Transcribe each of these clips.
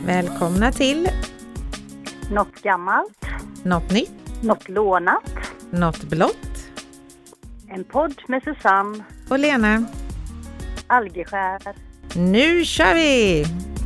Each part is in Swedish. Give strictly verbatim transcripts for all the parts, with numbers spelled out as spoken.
Välkomna till Något gammalt, Något nytt, något lånat, Något blått en podd med Susanne och Lena. Algeskär. Nu kör vi!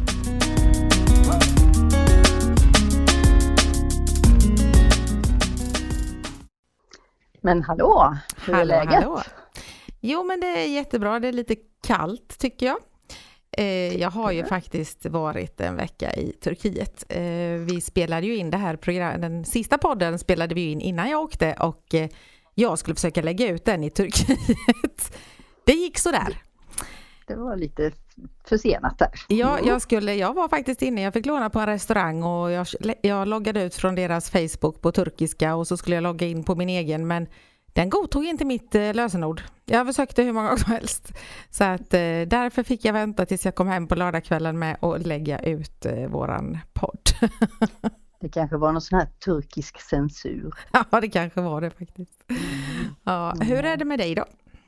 Men hallå, hur är Hallå, läget? hallå. Jo, men det är jättebra. Det är lite kallt tycker jag. Eh, jag har ju faktiskt varit en vecka i Turkiet. Eh, vi spelade ju in det här programmet, den sista podden spelade vi in innan jag åkte och eh, jag skulle försöka lägga ut den i Turkiet. Det gick så där. Det var lite försenat där. Ja, jag, skulle, jag var faktiskt inne, jag fick låna på en restaurang och jag, jag loggade ut från deras Facebook på turkiska och så skulle jag logga in på min egen, men den godtog inte mitt eh, lösenord. Jag försökte hur många gånger som helst. Så att eh, därför fick jag vänta tills jag kom hem på lördagskvällen med att lägga ut eh, våran podd. Det kanske var någon sån här turkisk censur. Ja, det kanske var det faktiskt. Ja, hur är det med dig då?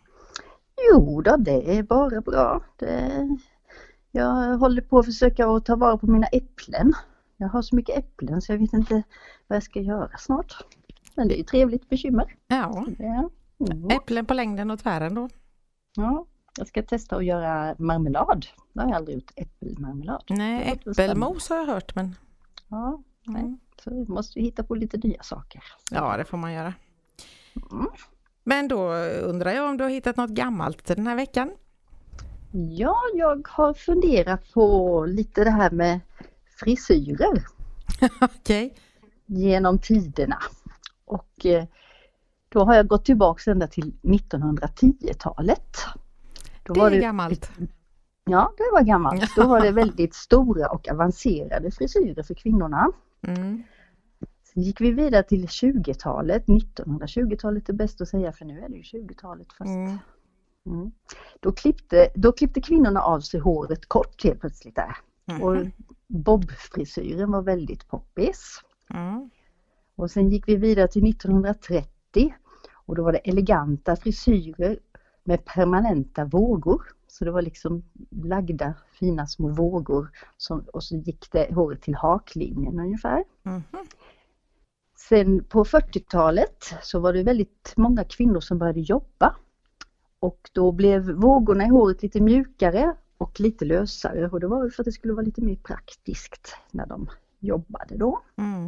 Jo då, det är bara bra. Det... Jag håller på att försöka att ta vara på mina äpplen. Jag har så mycket äpplen så jag vet inte vad jag ska göra snart. Men det är ju trevligt bekymmer. Ja, Ja. Mm. äpplen på längden och tvären då. Ja, jag ska testa att göra marmelad. Det har jag aldrig gjort, äppelmarmelad. Nej, äppelmos har jag hört, men... Ja, nej. Mm. Så vi måste ju hitta på lite nya saker. Ja, det får man göra. Mm. Men då undrar jag om du har hittat något gammalt den här veckan? Ja, jag har funderat på lite det här med frisyrer. Okej. Okay. Genom tiderna. Och eh, då har jag gått tillbaka ända till nittonhundratio-talet. Då Det var är det, gammalt. Ja, det var gammalt. Då var det väldigt stora och avancerade frisyrer för kvinnorna. Mm. Sen gick vi vidare till tjugotalet. nittonhundratjugotalet är bäst att säga för nu är det ju tjugotalet fast. Mm. Mm. Då, klippte, då klippte kvinnorna av sig håret kort helt plötsligt där. Mm. Och bobfrisyren var väldigt poppis. Mm. Och sen gick vi vidare till nittonhundratrettio och då var det eleganta frisyrer med permanenta vågor. Så det var liksom lagda fina små vågor som, och så gick det håret till haklinjen ungefär. Mm. Sen på fyrtiotalet så var det väldigt många kvinnor som började jobba. Och då blev vågorna i håret lite mjukare och lite lösare. Och det var för att det skulle vara lite mer praktiskt när de jobbade då. Mm.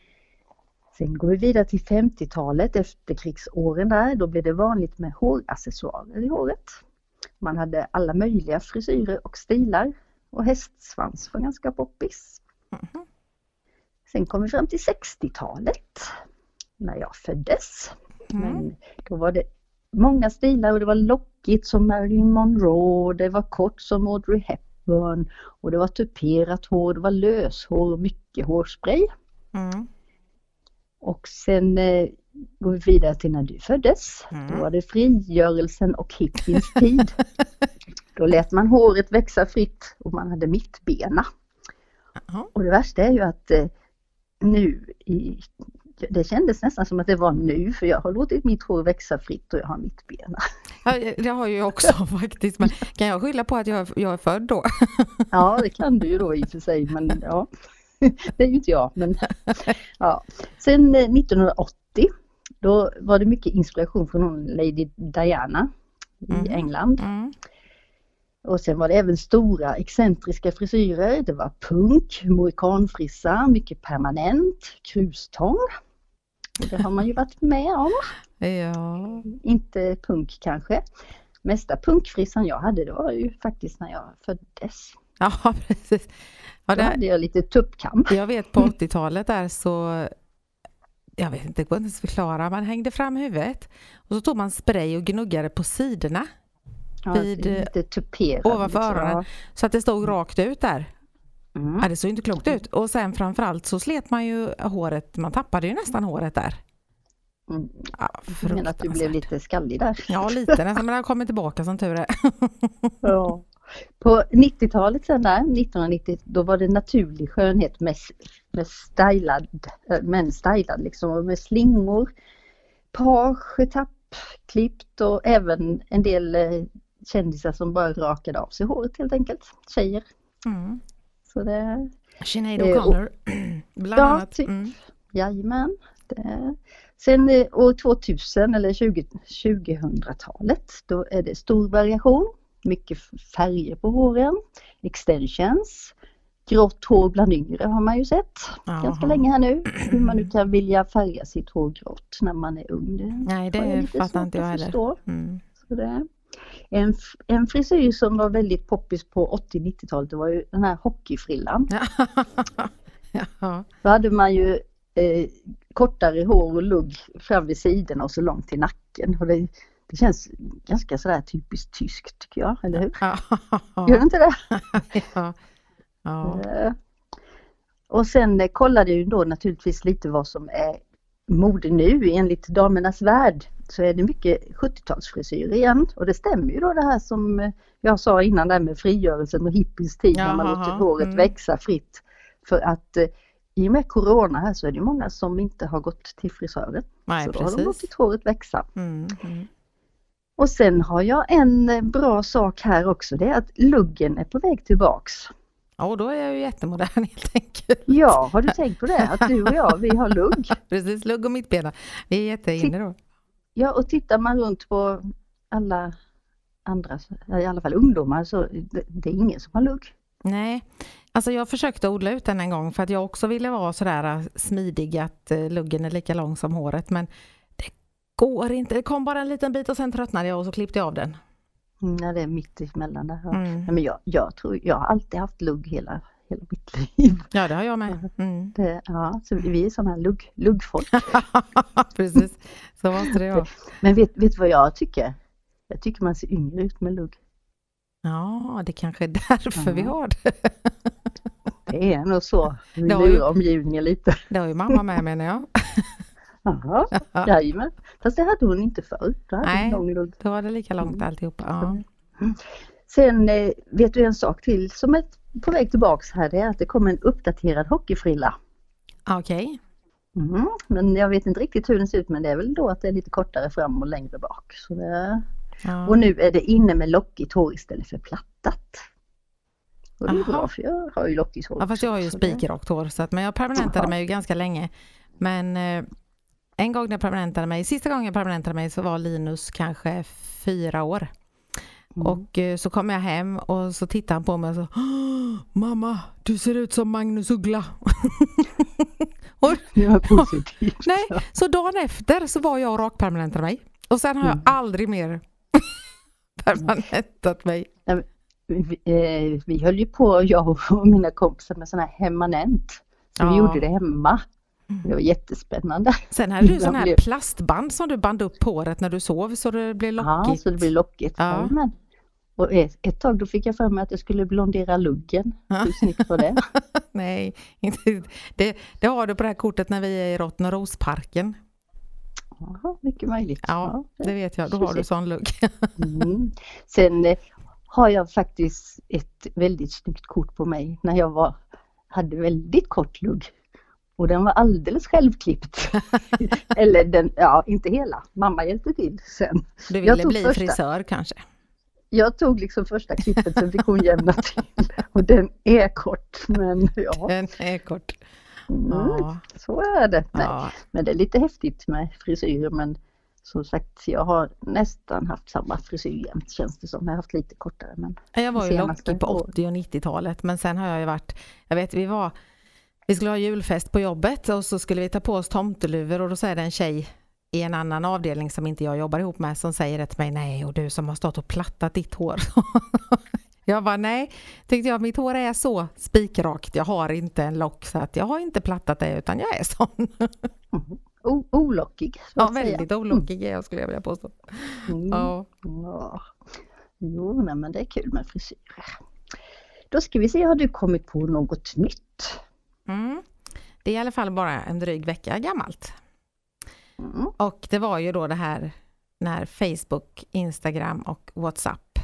Sen går vi vidare till femtiotalet, efterkrigsåren där. Då blev det vanligt med håraccessoarer i håret. Man hade alla möjliga frisyrer och stilar. Och hästsvans var ganska poppis. Mm. Sen kom vi fram till sextiotalet. När jag föddes. Mm. Men då var det många stilar och det var lockigt som Marilyn Monroe. Det var kort som Audrey Hepburn. Och det var tuperat hår, det var löshår och mycket hårspray. Mm. Och sen eh, går vi vidare till när du föddes. Mm. Då var det frigörelsen och hippiens tid. Då lät man håret växa fritt och man hade mittbena. Aha. Och det värsta är ju att eh, nu, i, det kändes nästan som att det var nu. För jag har låtit mitt hår växa fritt och jag har mittbena. Ja, det har jag också faktiskt. Men kan jag skylla på att jag, jag är född då? Ja, det kan du ju då i och för sig. Men ja, det är ju inte jag. Men, ja. Sen eh, nittonhundraåttio, då var det mycket inspiration från hon Lady Diana i Mm. England. Mm. Och sen var det även stora excentriska frisyrer. Det var punk, mohikansfrissa, mycket permanent, krustång. Och det har man ju varit med om. Ja. Inte punk kanske. Mesta punkfrissan jag hade, det var ju faktiskt när jag föddes. Ja, precis. Ja, Då det, hade jag lite tuppkam. jag vet på åttiotalet där så, jag vet inte, det går inte att förklara. Man hängde fram huvudet och så tog man spray och gnuggade på sidorna. Ja, vid, lite tuperad. ovanför liksom. öronen. Så att det stod rakt ut där. Mm. Ja, det såg inte klokt ut. Och sen framförallt så slet man ju håret. Man tappade ju nästan håret där. Mm. Ja, Jag menar att du blev lite skallig där. Ja, lite nästan. Men det har kommit tillbaka som tur är. Ja. På nittiotalet sen där, nittonhundranittio, då var det naturlig skönhet med, med stylad, men stylad liksom, med slingor, page, etapp, klippt och även en del kändisar som bara rakade av sig håret helt enkelt, tjejer. Mm. Så det, Sinéad Eh, O'Connor, bland Ja, annat. typ. Mm. Jajamän. Det. Sen eh, år tvåtusen eller tjugo, tjugohundratalet, då är det stor variation. Mycket färger på håren, extensions, grått hår bland yngre har man ju sett Jaha. ganska länge här nu. Hur man nu kan vilja färga sitt hår grått när man är ung. Det Nej, har jag det lite fattar svårt inte jag att heller. förstå. Mm. Så det. En, f- en frisyr som var väldigt poppis på åttio-nittiotalet, det var ju den här hockeyfrillan. Ja. Då hade man ju eh, kortare hår och lugg fram vid sidorna och så långt till nacken. Och det, det känns ganska sådär typiskt tyskt tycker jag, eller hur? Gör det inte det? Ja. Ja. Eh, Och sen eh, kollade jag ju då naturligtvis lite vad som är mode nu. Enligt Damernas Värld så är det mycket sjuttiotalsfrisyr igen. Och det stämmer ju då det här som eh, jag sa innan där med frigörelsen och hippies tid när man Jaha, låter håret mm. växa fritt. För att eh, i och med corona här så är det många som inte har gått till frisören. Nej, så då har de precis. låtit håret växa. Mm. Mm. Och sen har jag en eh, bra sak här också. Det är att luggen är på väg tillbaks. Ja, och då är jag ju jättemodern helt enkelt. Ja, har du tänkt på det? Att du och jag, vi har lugg. Precis, lugg och mittbena. Vi är jätteinne då. Ja, och tittar man runt på alla andra, i alla fall ungdomar, så det, det är ingen som har lugg. Nej, alltså jag försökte odla ut den en gång för att jag också ville vara sådär smidig att eh, luggen är lika lång som håret. Men det går inte. Det kom bara en liten bit och sen tröttnade jag och så klippte jag av den. Mm, ja, det är mitt emellan där. Ja. Mm. Nej, men jag, jag tror, jag har alltid haft lugg hela, hela mitt liv. Ja, det har jag med. Mm. Det, ja, så vi är sådana här lugg, luggfolk. Precis, så måste det vara. Men vet, vet du vad jag tycker? Jag tycker man ser yngre ut med lugg. Ja, det kanske är därför Ja. vi har det. Det är nog så. Vi Det har ju- lurar omgivningen lite. Det har ju mamma med, menar jag. Jaha, jajamän. Fast det hade hon inte förr. Då hade Nej. hon lång lugg. Då var det lika långt alltihopa. Ja. Sen eh, vet du en sak till som är på väg tillbaks här, det är att det kommer en uppdaterad hockeyfrilla. Okej. Mm, men jag vet inte riktigt hur den ser ut, men det är väl då att det är lite kortare fram och längre bak. Så det... Ja. Och nu är det inne med lockigt hår istället för plattat. Och det är Aha. bra för jag har ju lockigt hår. Ja, fast jag har ju så det- spikrakt hår, så att, men jag permanentade Jaha. mig ju ganska länge. Men eh, en gång när jag permanentade mig, sista gången jag permanentade mig så var Linus kanske fyra år. Mm. Och eh, så kom jag hem och så tittade han på mig och så, "Åh, mamma, du ser ut som Magnus Uggla." och, Ja, positivt. nej, så dagen efter så var jag och rakpermanentade mig. Och sen har jag Mm. aldrig mer permanentat mig. Vi, eh, vi höll ju på, jag och mina kompisar, med sån här hemmanent. Så vi Ja. gjorde det hemma. Det var jättespännande. Sen hade du sån Jag här blev- plastband som du band upp håret när du sov så det blev lockigt. Ja, så det blir lockigt. Ja. Ja. Men. Och ett, ett tag då fick jag för mig att jag skulle blondera luggen. Hur snyggt var det? Nej, inte. Det, det har du på det här kortet när vi är i Rottnerosparken. Ja, mycket möjligt. Ja, det vet jag. Då ska har vi du se. sån lugg. Mm. Sen eh, har jag faktiskt ett väldigt snyggt kort på mig när jag var, hade väldigt kort lugg. Och den var alldeles självklippt. Eller den, ja, inte hela. Mamma hjälpte till sen. Du Jag ville tog bli första. frisör kanske. Jag tog liksom första klippet, sen fick hon jämna till. Och den är kort, men ja. Den är kort. Mm, Ja. så är det. Nej. Ja. Men det är lite häftigt med frisyr, men som sagt, jag har nästan haft samma frisyr jämt, känns det som. Jag har haft lite kortare, men Jag var ju senaste lockig på året. åttio- och nittiotalet, men sen har jag ju varit, jag vet vi var, vi skulle ha julfest på jobbet och så skulle vi ta på oss tomteluvor och då säger det en tjej i en annan avdelning som inte jag jobbar ihop med som säger det till mig, nej och du som har stått och plattat ditt hår. Jag bara nej, tyckte jag mitt hår är så spikrakt, jag har inte en lock så att jag har inte plattat det utan jag är sån. O- olockig. så Ja, att säga. väldigt olockig är jag skulle jag vilja påstå. Mm. Ja. Ja. Jo, nej, men det är kul med frisyrer. Då ska vi se, har du kommit på något nytt? Mm. Det är i alla fall bara en dryg vecka gammalt. Mm. Och det var ju då det här när Facebook, Instagram och WhatsApp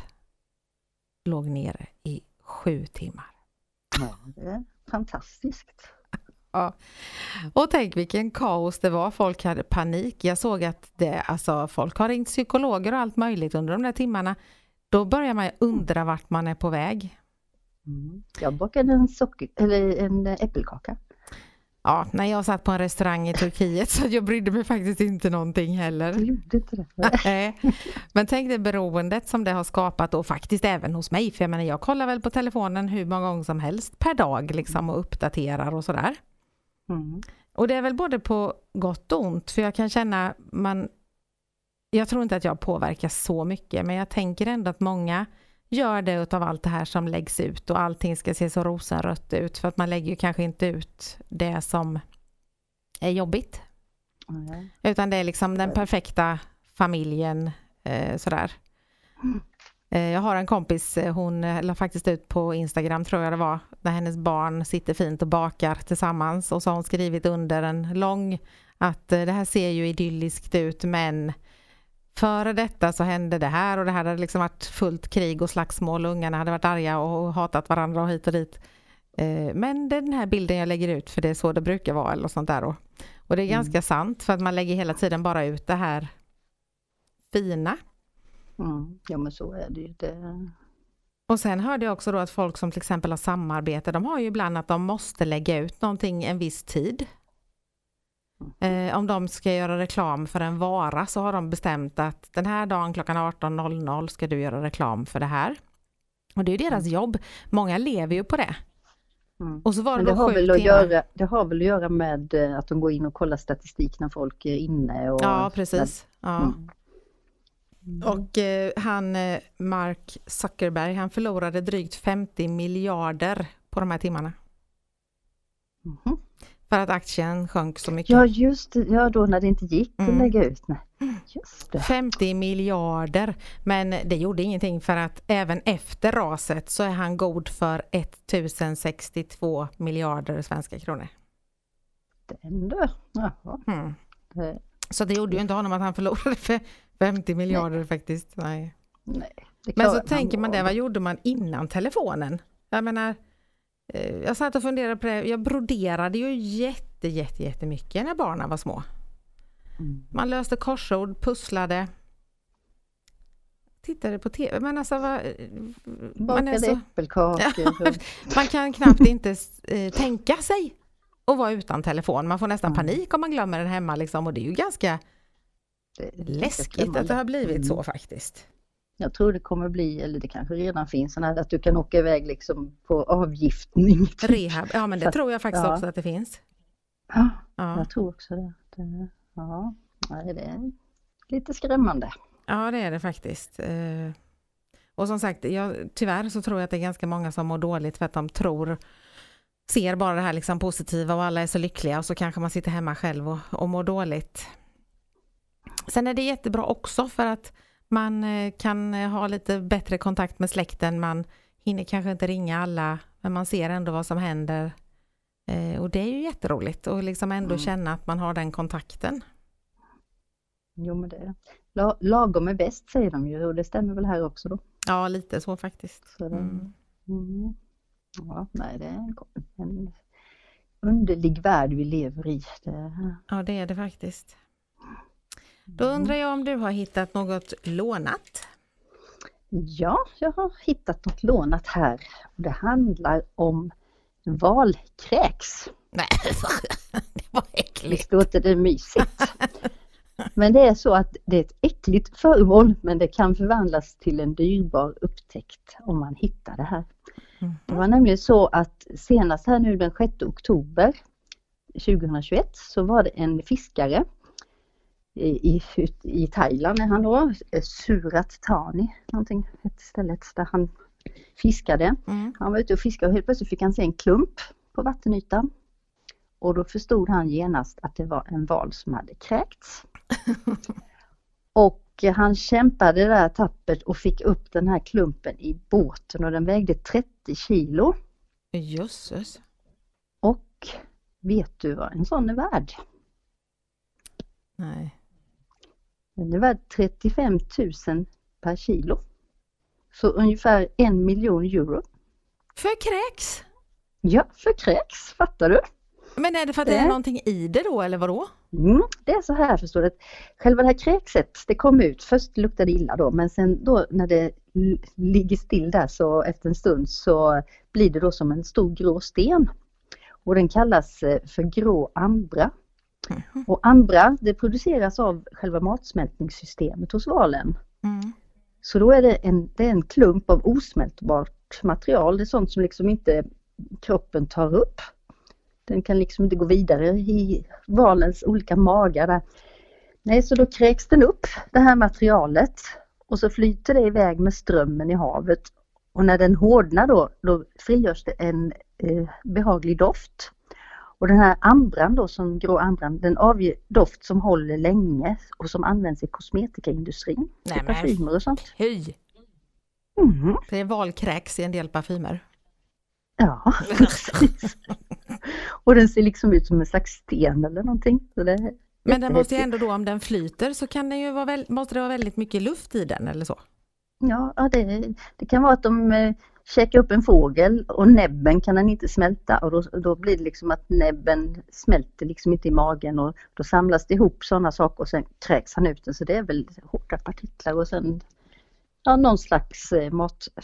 låg ner i sju timmar. Ja, det är fantastiskt. Ja. Och tänk vilken kaos det var. Folk hade panik. Jag såg att det, alltså, folk har ringt psykologer och allt möjligt under de där timmarna. Då börjar man ju undra vart man är på väg. Mm. Jag bakade en, socker, eller en äppelkaka. Ja, när jag satt på en restaurang i Turkiet så jag brydde mig faktiskt inte någonting heller. Du gjorde inte det. Men tänk det beroendet som det har skapat och faktiskt även hos mig. För jag menar, jag kollar väl på telefonen hur många gånger som helst per dag liksom och uppdaterar och sådär. Mm. Och det är väl både på gott och ont. För jag kan känna, man, jag tror inte att jag påverkas så mycket. Men jag tänker ändå att många gör det utav allt det här som läggs ut. Och allting ska se så rosenrött ut. För att man lägger ju kanske inte ut det som är jobbigt. Mm. Utan det är liksom den perfekta familjen. Eh, sådär. Mm. Eh, jag har en kompis, hon la faktiskt ut på Instagram tror jag det var. Där hennes barn sitter fint och bakar tillsammans. Och så har hon skrivit under en lång att eh, det här ser ju idylliskt ut. Men före detta så hände det här. Och det här hade liksom varit fullt krig och slagsmål. Och ungarna hade varit arga och hatat varandra och hit och dit. Eh, men det är den här bilden jag lägger ut. För det är så det brukar vara eller sånt där. Och, och det är ganska mm. sant. För att man lägger hela tiden bara ut det här fina. Mm. Ja men så är det ju. Det... Och sen hörde jag också då att folk som till exempel har samarbete, de har ju ibland att de måste lägga ut någonting en viss tid. Mm. Eh, om de ska göra reklam för en vara så har de bestämt att den här dagen klockan arton noll noll ska du göra reklam för det här. Och det är ju deras mm. jobb. Många lever ju på det. Mm. Och så var det, Men det, då har sju väl att timmar. göra, det har väl att göra med att de går in och kollar statistik när folk är inne. Och Ja, precis. Ja. Mm. Mm. Och eh, han, eh, Mark Zuckerberg, han förlorade drygt femtio miljarder på de här timmarna. Mm. För att aktien sjönk så mycket. Ja, just det. Ja, då när det inte gick att Mm. lägga ut. Nej. Just det. femtio miljarder. Men det gjorde ingenting för att även efter raset så är han god för tusen sextiotvå miljarder svenska kronor. Det ändå. Jaha. Mm. Det... Så det gjorde ju inte honom att han förlorade för femtio miljarder Nej. faktiskt. Nej. Nej, Men så tänker man det, vad gjorde man innan telefonen? Jag menar, jag satt och funderade på det. Jag broderade ju jätte, jätte, jättemycket när barnen var små. Mm. Man löste korsord, pusslade. Tittade på tv. Men alltså, vad, man är så... äppelkakor. Ja, man kan knappt inte eh, tänka sig att vara utan telefon. Man får nästan Mm. panik om man glömmer den hemma. Liksom. Och det är ju ganska Det är läskigt att det har blivit Mm. så faktiskt. Jag tror det kommer bli, eller det kanske redan finns, sån här att du kan åka iväg liksom på avgiftning. Rehab, ja men det Så, tror jag faktiskt ja. också att det finns. Ja, Ja, jag tror också det. det ja, Nej, det är lite skrämmande. ja det är det faktiskt. Eh, Och som sagt, jag, tyvärr så tror jag att det är ganska många som mår dåligt för att de tror, ser bara det här liksom positiva och alla är så lyckliga och så kanske man sitter hemma själv och, och mår dåligt. Sen är det jättebra också för att man kan ha lite bättre kontakt med släkten. Man hinner kanske inte ringa alla, men man ser ändå vad som händer. Eh, och det är ju jätteroligt att liksom ändå Mm. känna att man har den kontakten. Jo, men det La, lagom är bäst, säger de ju, och det stämmer väl här också då. Ja, lite så faktiskt. Så det, Mm. mm. Ja, nej, det är en, en underlig värld vi lever i. Det, Ja, det är det faktiskt. Då undrar jag om du har hittat något lånat? Ja, jag har hittat något lånat här. Det handlar om valkräks. Nej, det var äckligt. Visst låter det mysigt. Men det är så att det är ett äckligt föremål, men det kan förvandlas till en dyrbar upptäckt om man hittar det här. Mm. Det var nämligen så att senast här nu den sjätte oktober tjugohundratjugoett så var det en fiskare i, i, i Thailand, är han då, Surat Thani, någonting, ett ställe där han fiskade. Mm. Han var ute och fiskade och helt plötsligt fick han se en klump på vattenytan. Och då förstod han genast att det var en val som hade kräkts. Och han kämpade där tappert och fick upp den här klumpen i båten och den vägde trettio kilo. Jösses. Och vet du vad en sån är värd? Nej. Den är värd trettiofem tusen per kilo. Så ungefär en miljon euro. För kräks? Ja, för kräks, fattar du? Men är det för att det är någonting i det då, eller vadå? Mm, det är så här förstår du. Att själva det här kräkset, det kom ut. Först luktade det illa då, men sen då när det l- ligger still där så efter en stund så blir det då som en stor grå sten. Och den kallas eh, för grå ambra. Mhm. Och ambra, det produceras av själva matsmältningssystemet hos valen. Mm. Så då är det en, det är en klump av osmältbart material. Det är sånt som liksom inte kroppen tar upp. Den kan liksom inte gå vidare i valens olika magar där. Nej, så då kräks den upp, det här materialet. Och så flyter det iväg med strömmen i havet. Och när den hårdnar då, då frigörs det en eh, behaglig doft. Och den här ambran då, som grå ambran, den avger doft som håller länge och som används i kosmetikaindustrin. Nej, I men- parfymer och sånt. Höj! Mhm. Det är valkräks i en del parfymer. Ja, precis. Och den ser liksom ut som en slags sten eller någonting. Så det är Men den måste ju jättehäftigt. ändå då, om den flyter så kan den ju vara väl, måste det vara väldigt mycket luft i den eller så. Ja, ja det, det kan vara att de eh, käkar upp en fågel och näbben kan den inte smälta. Och då, då blir det liksom att näbben smälter liksom inte i magen. Och då samlas det ihop sådana saker och sen kräks han ut den. Så det är väl hårda partiklar och sen ja, någon slags eh,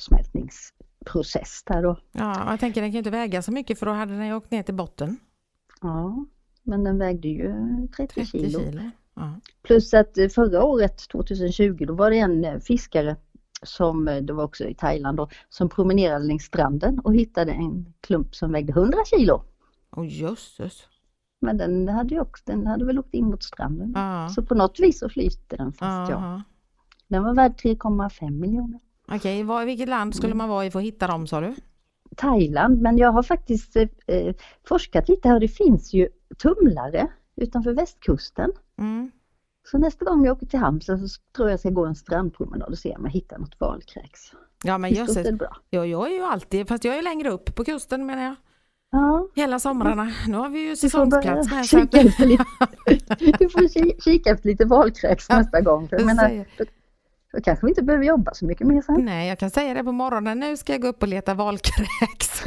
matsmältningsprocess där då. Ja, och jag tänker den kan ju inte väga så mycket för då hade den ju åkt ner till botten. Ja, men den vägde ju trettio trettio kilo. kilo. Ja. Plus att eh, förra året, tjugohundratjugo, då var det en eh, fiskare som, eh, det var också i Thailand då, som promenerade längs stranden och hittade en klump som vägde hundra kilo. Åh jösses. Men den hade ju också, den hade väl åkt in mot stranden. Ja. Så på något vis så flyter den fast ja. Ja. Den var värd tre komma fem miljoner. Okej, vad- vilket land skulle man vara i för att hitta dem sa du? Thailand, men jag har faktiskt eh, eh, forskat lite här. Det finns ju tumlare utanför västkusten. Mm. Så nästa gång jag åker till Halmstad så tror jag jag ska gå en strandpromenad och se om jag hittar något valkräks. Ja men Visst låter jösses. det bra? Ja, jag är ju alltid, fast jag är ju längre upp på kusten menar jag. Ja. Hela somrarna. Nu har vi ju Du får börja säsongsplats med. Så att, kika efter lite, du får ki- kika efter lite valkräks nästa gång. För jag jag menar, säger- då, då kanske vi inte behöver jobba så mycket mer sen. nej, jag kan säga det på morgonen. Nu ska jag gå upp och leta valkräks.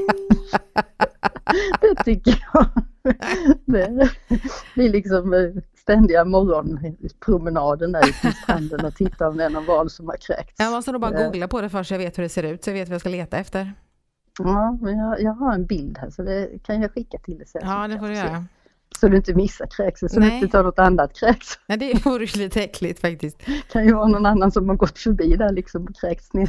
Det tycker jag. Det blir liksom eh, ständiga morgonpromenaden där ute på stranden och titta om det är någon val som har kräkts. Jag måste nog bara Eh, googla på det först så jag vet hur det ser ut. Så jag vet vad jag ska leta efter. Ja, men jag, jag har en bild här så det kan jag skicka till dig sen. Ja, det får du göra. Så du inte missar kräksen, så Nej. du inte tar något annat kräks. Nej, det vore ju lite äckligt faktiskt. Kan ju vara någon annan som har gått förbi där liksom och kräkts ner.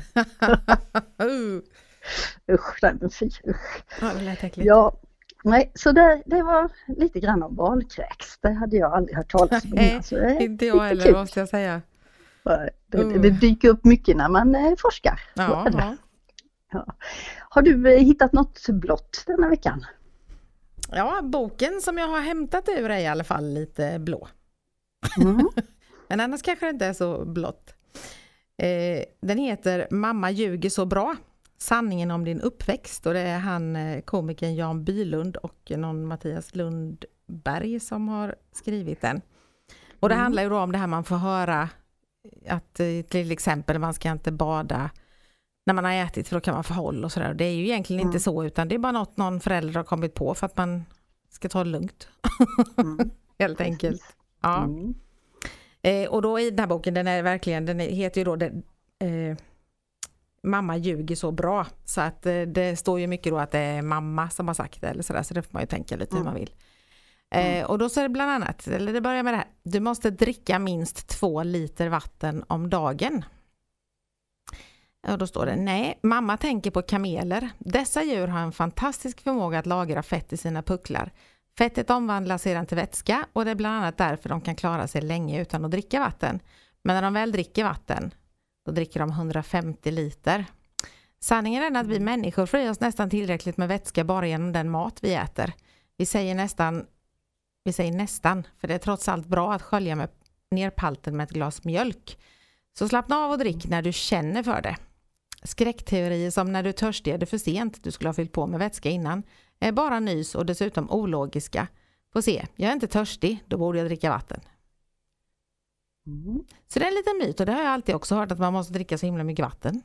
uh. Usch, nej men fy, usch. Ja, det lät äckligt. Ja, nej, så det, det var lite grann om valkräks. Det hade jag aldrig hört talas om Nej, innan. Så det är Inte lite jag heller kul. måste jag säga. Det, det, Uh. det dyker upp mycket när man eh, forskar. Så Ja, är det. ja. Ja. Har du eh, hittat något blått denna veckan? ja, boken som jag har hämtat ur är i alla fall lite blå. Mm. Men annars kanske det inte är så blått. Eh, den heter Mamma ljuger så bra. Sanningen om din uppväxt. Och det är han eh, komikern Jan Bylund och någon Mattias Lundberg som har skrivit den. Och det Mm. handlar ju då om det här man får höra att eh, till exempel man ska inte bada när man har ätit för då kan man få håll och sådär. Det är ju egentligen Mm. inte så utan det är bara något någon förälder har kommit på för att man ska ta det lugnt. Mm. Helt enkelt. Ja. Mm. Eh, och då i den här boken, den är verkligen, den är, heter ju då den, eh, Mamma ljuger så bra. Så att eh, det står ju mycket då att det är mamma som har sagt det eller sådär. Så det får man ju tänka lite hur man vill. Eh, och då så är det bland annat, eller det börjar med det här. Du måste dricka minst två liter vatten om dagen. Och då står det, nej, mamma tänker på kameler. Dessa djur har en fantastisk förmåga att lagra fett i sina pucklar. Fettet omvandlas sedan till vätska och det är bland annat därför de kan klara sig länge utan att dricka vatten. Men när de väl dricker vatten, då dricker de hundrafemtio liter. Sanningen är den att vi människor får i oss nästan tillräckligt med vätska bara genom den mat vi äter. Vi säger nästan, vi säger nästan, för det är trots allt bra att skölja med ner palten med ett glas mjölk. Så slappna av och drick när du känner för det. Skräckteorier som när du är törstig är det för sent, du skulle ha fyllt på med vätska innan, är bara nys och dessutom ologiska. Få se, jag är inte törstig, då borde jag dricka vatten. Mm. Så det är en liten myt och det har jag alltid också hört att man måste dricka så himla mycket vatten.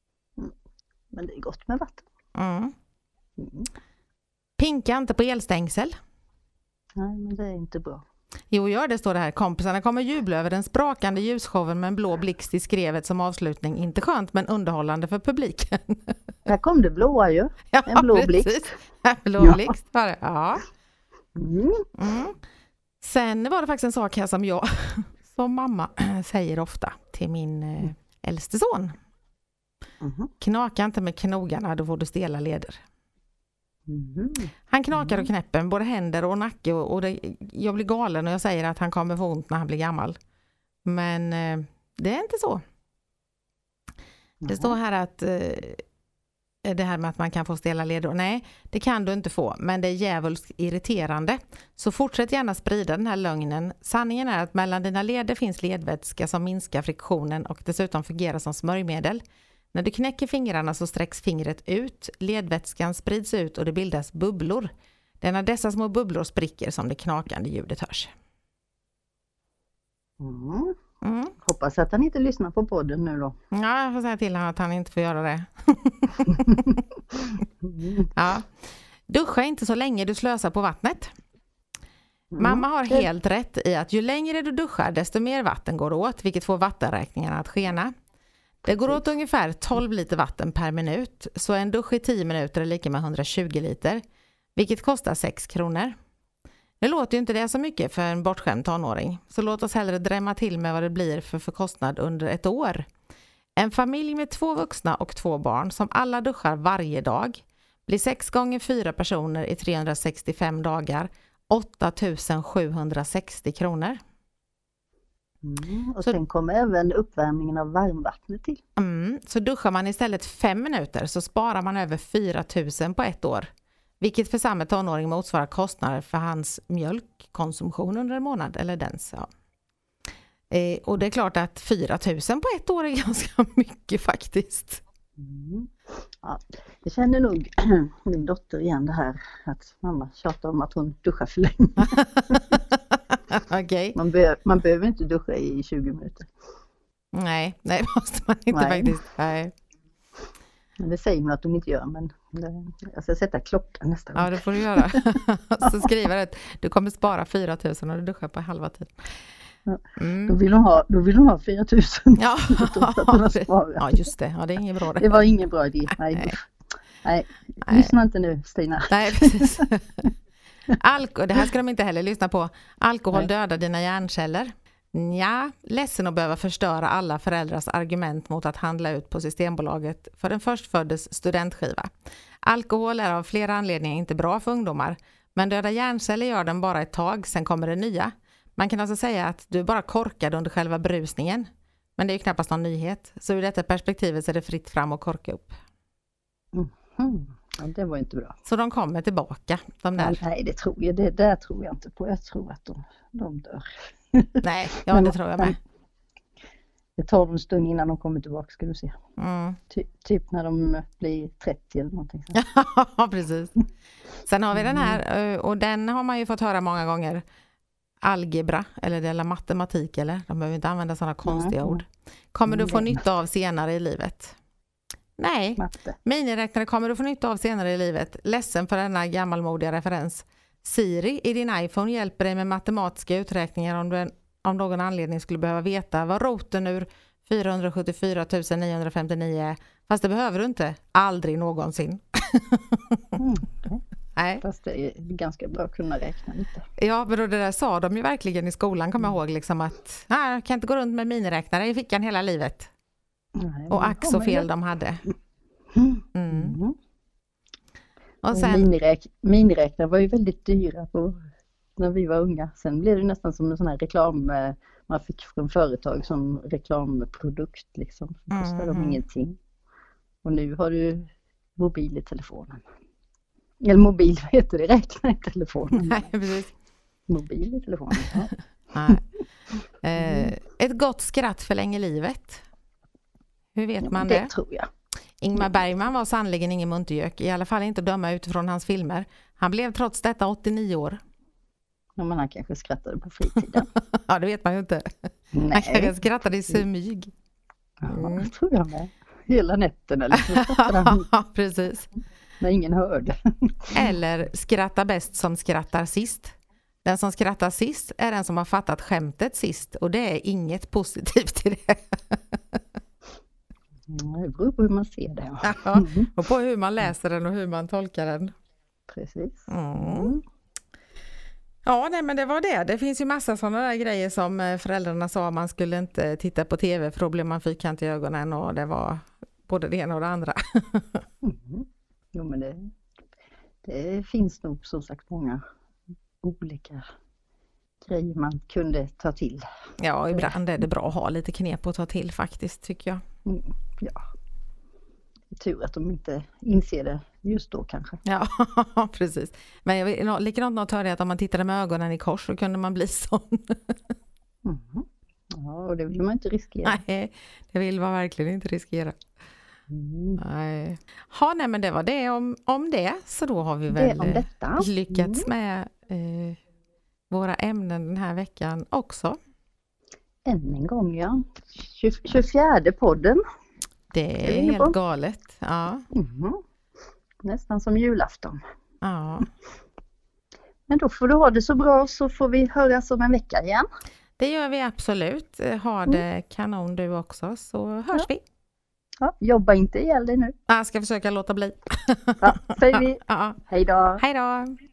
Men det är gott med vatten. Mm. Mm. Pinka inte på elstängsel. Nej, men det är inte bra. Jo, gör det, står det här. Kompisarna kommer jubla över den sprakande ljusshowen med en blå blixt i skrevet som avslutning. Inte skönt, men underhållande för publiken. Här kom det blåa ju. Ja, en blå precis. blixt. En blå Ja. blixt var det. Ja. Mm. Mm. Sen var det faktiskt en sak här som jag som mamma säger ofta till min eh, äldste son. Mhm. Knaka inte med knogarna, då får du stela leder. Mhm. Han knakar och knäpper både händer och nacke och, och det, jag blir galen och jag säger att han kommer få ont när han blir gammal. Men eh, det är inte så. Det står här att eh, det här med att man kan få stela leder. Nej, det kan du inte få, men det är djävulskt irriterande. Så fortsätt gärna sprida den här lögnen. Sanningen är att mellan dina leder finns ledvätska som minskar friktionen och dessutom fungerar som smörjmedel. När du knäcker fingrarna så sträcks fingret ut, ledvätskan sprids ut och det bildas bubblor. Det är när dessa små bubblor spricker som det knakande ljudet hörs. Mm. Mm. Hoppas att han inte lyssnar på podden nu då. Ja, jag får säga till honom att han inte får göra det. Mm. Ja. Duscha inte så länge du slösar på vattnet. Mm. Mamma har Det- helt rätt i att ju längre du duschar desto mer vatten går åt, vilket får vattenräkningarna att skena. Det går åt ungefär tolv liter vatten per minut, så en dusch i tio minuter är lika med hundratjugo liter, vilket kostar sex kronor. Nu låter ju inte det så mycket för en bortskämd tonåring, så låt oss hellre drämma till med vad det blir för, för kostnad under ett år. En familj med två vuxna och två barn som alla duschar varje dag blir sex gånger fyra personer i trehundrasextiofem dagar, åtta tusen sjuhundrasextio kronor. Mm. Och Så- sen kommer även uppvärmningen av varmvattnet till. Mm, så duschar man istället fem minuter så sparar man över fyra tusen på ett år. Vilket för samma tonåring motsvarar kostnader för hans mjölkkonsumtion under en månad. Eller dens, ja. Eh, och det är klart att fyra tusen på ett år är ganska mycket faktiskt. Mm. Ja, jag känner nog min dotter igen det här att mamma tjatar om att hon duschar för länge. Okej. Man, be- man behöver inte duscha i tjugo minuter. Nej, nej, måste man inte Nej. faktiskt. Nej. Men det säger hon att hon inte gör, men det, jag ska sätta klockan nästa gång. Ja, det får du göra. Så skriver det att du kommer spara fyra tusen och du duschar på halva tiden. Då Mm. vill hon ha, då vill hon ha fyra tusen. Ja, Så att hon har sparat. ja, just det. Ja, det är inget bra det. Det var ingen bra idé. Nej, Nej. Nej. Nej. Lyssna inte nu, Stina. Nej, precis. Alko- det här ska de inte heller lyssna på. Alkohol Nej. dödar dina hjärnceller. Ja, ledsen att behöva förstöra alla föräldrars argument mot att handla ut på Systembolaget för den förstföddes studentskiva. Alkohol är av flera anledningar inte bra för ungdomar, men döda hjärnceller gör den bara ett tag, sen kommer det nya. Man kan alltså säga att du bara korkade under själva brusningen, men det är ju knappast någon nyhet. Så ur detta perspektivet så är det fritt fram och korka upp. Mm. Ja, det var inte bra. Så de kommer tillbaka, de där. Nej, det tror jag, det där tror jag inte på. Jag tror att de, de dör. Nej, ja, det tror jag med. Det tar en stund innan de kommer tillbaka, ska du se. Mm. Ty, typ när de blir trettio eller någonting. Så. Ja, precis. Sen har vi den här, och den har man ju fått höra många gånger. Algebra, eller det är matematik, eller? De behöver inte använda sådana konstiga Mm. ord. Kommer du få Mm. nytta av senare i livet? Nej. Matte. Miniräknare kommer du få nytta av senare i livet. Ledsen för denna gammalmodiga referens. Siri i din iPhone hjälper dig med matematiska uträkningar om du en, om någon anledning skulle behöva veta vad roten ur fyrahundrasjuttiofyra tusen niohundrafemtionio är. Fast det behöver du inte. Aldrig någonsin. Mm. Nej. Fast det är ganska bra att kunna räkna lite. Ja, men då det där sa de ju verkligen i skolan, kommer jag ihåg, liksom att nej, jag kan inte gå runt med miniräknare i fickan hela livet. Nej, Och men ack så kommer fel det. de hade. Mm. Mm. Mm. Och Och sen, miniräk- miniräknare var ju väldigt dyra på, när vi var unga. Sen blev det nästan som en sån här reklam eh, man fick från företag som reklamprodukt liksom. Det kostade Mm. dem ingenting. Och nu har du mobil i telefonen. Eller mobil, vad heter det? Räkna i telefonen. nej, precis. Mobil i telefonen. Ja. Nej. Eh, ett gott skratt förlänger livet. Hur vet Ja, man det det? tror jag. Ingmar Bergman var sannoliken ingen muntergök, i alla fall inte att döma utifrån hans filmer. Han blev trots detta åttionio år. Ja, men han kanske skrattade på fritiden. Ja, det vet man ju inte. Han kanske Nej, skrattade i smyg. ja, Mm. det tror jag med. Hela nätten eller så skrattade han Ja, precis. när ingen hörde. Eller skratta bäst som skrattar sist. Den som skrattar sist är den som har fattat skämtet sist. Och det är inget positivt i det. Det beror på hur man ser det. Ja, och på hur man läser den och hur man tolkar den. Precis. Mm. Ja, nej, men det var det. Det finns ju massa sådana där grejer som föräldrarna sa. Man skulle inte titta på tv för då blev man fyrkant i ögonen. Och det var både det ena och det andra. Mm. Jo, men det, det finns nog som sagt många olika grejer man kunde ta till. Ja, ibland är det bra att ha lite knep att ta till faktiskt, tycker jag. Mm, ja. Tur att de inte inser det just då kanske. Ja, precis. Men jag vill, likadant något hörde jag att om man tittade med ögonen i kors så kunde man bli sån. Mm. Ja, och det vill man inte riskera. Nej, det vill man verkligen inte riskera. Mm. Nej. Ha, nej, men det var det om, om det. Så då har vi väl det om detta. lyckats mm. med eh, våra ämnen den här veckan också. Än en gång, ja. tjugofjärde podden. Det är helt galet. Ja. Mm. Nästan som julafton. Ja. Men då får du ha det så bra så får vi höras om en vecka igen. Det gör vi absolut. Ha det kanon du också så hörs ja. vi. Ja, jobba inte ihjäl dig nu. Jag ska försöka låta bli. Ja, säger vi. Ja. Hej då. Hej då.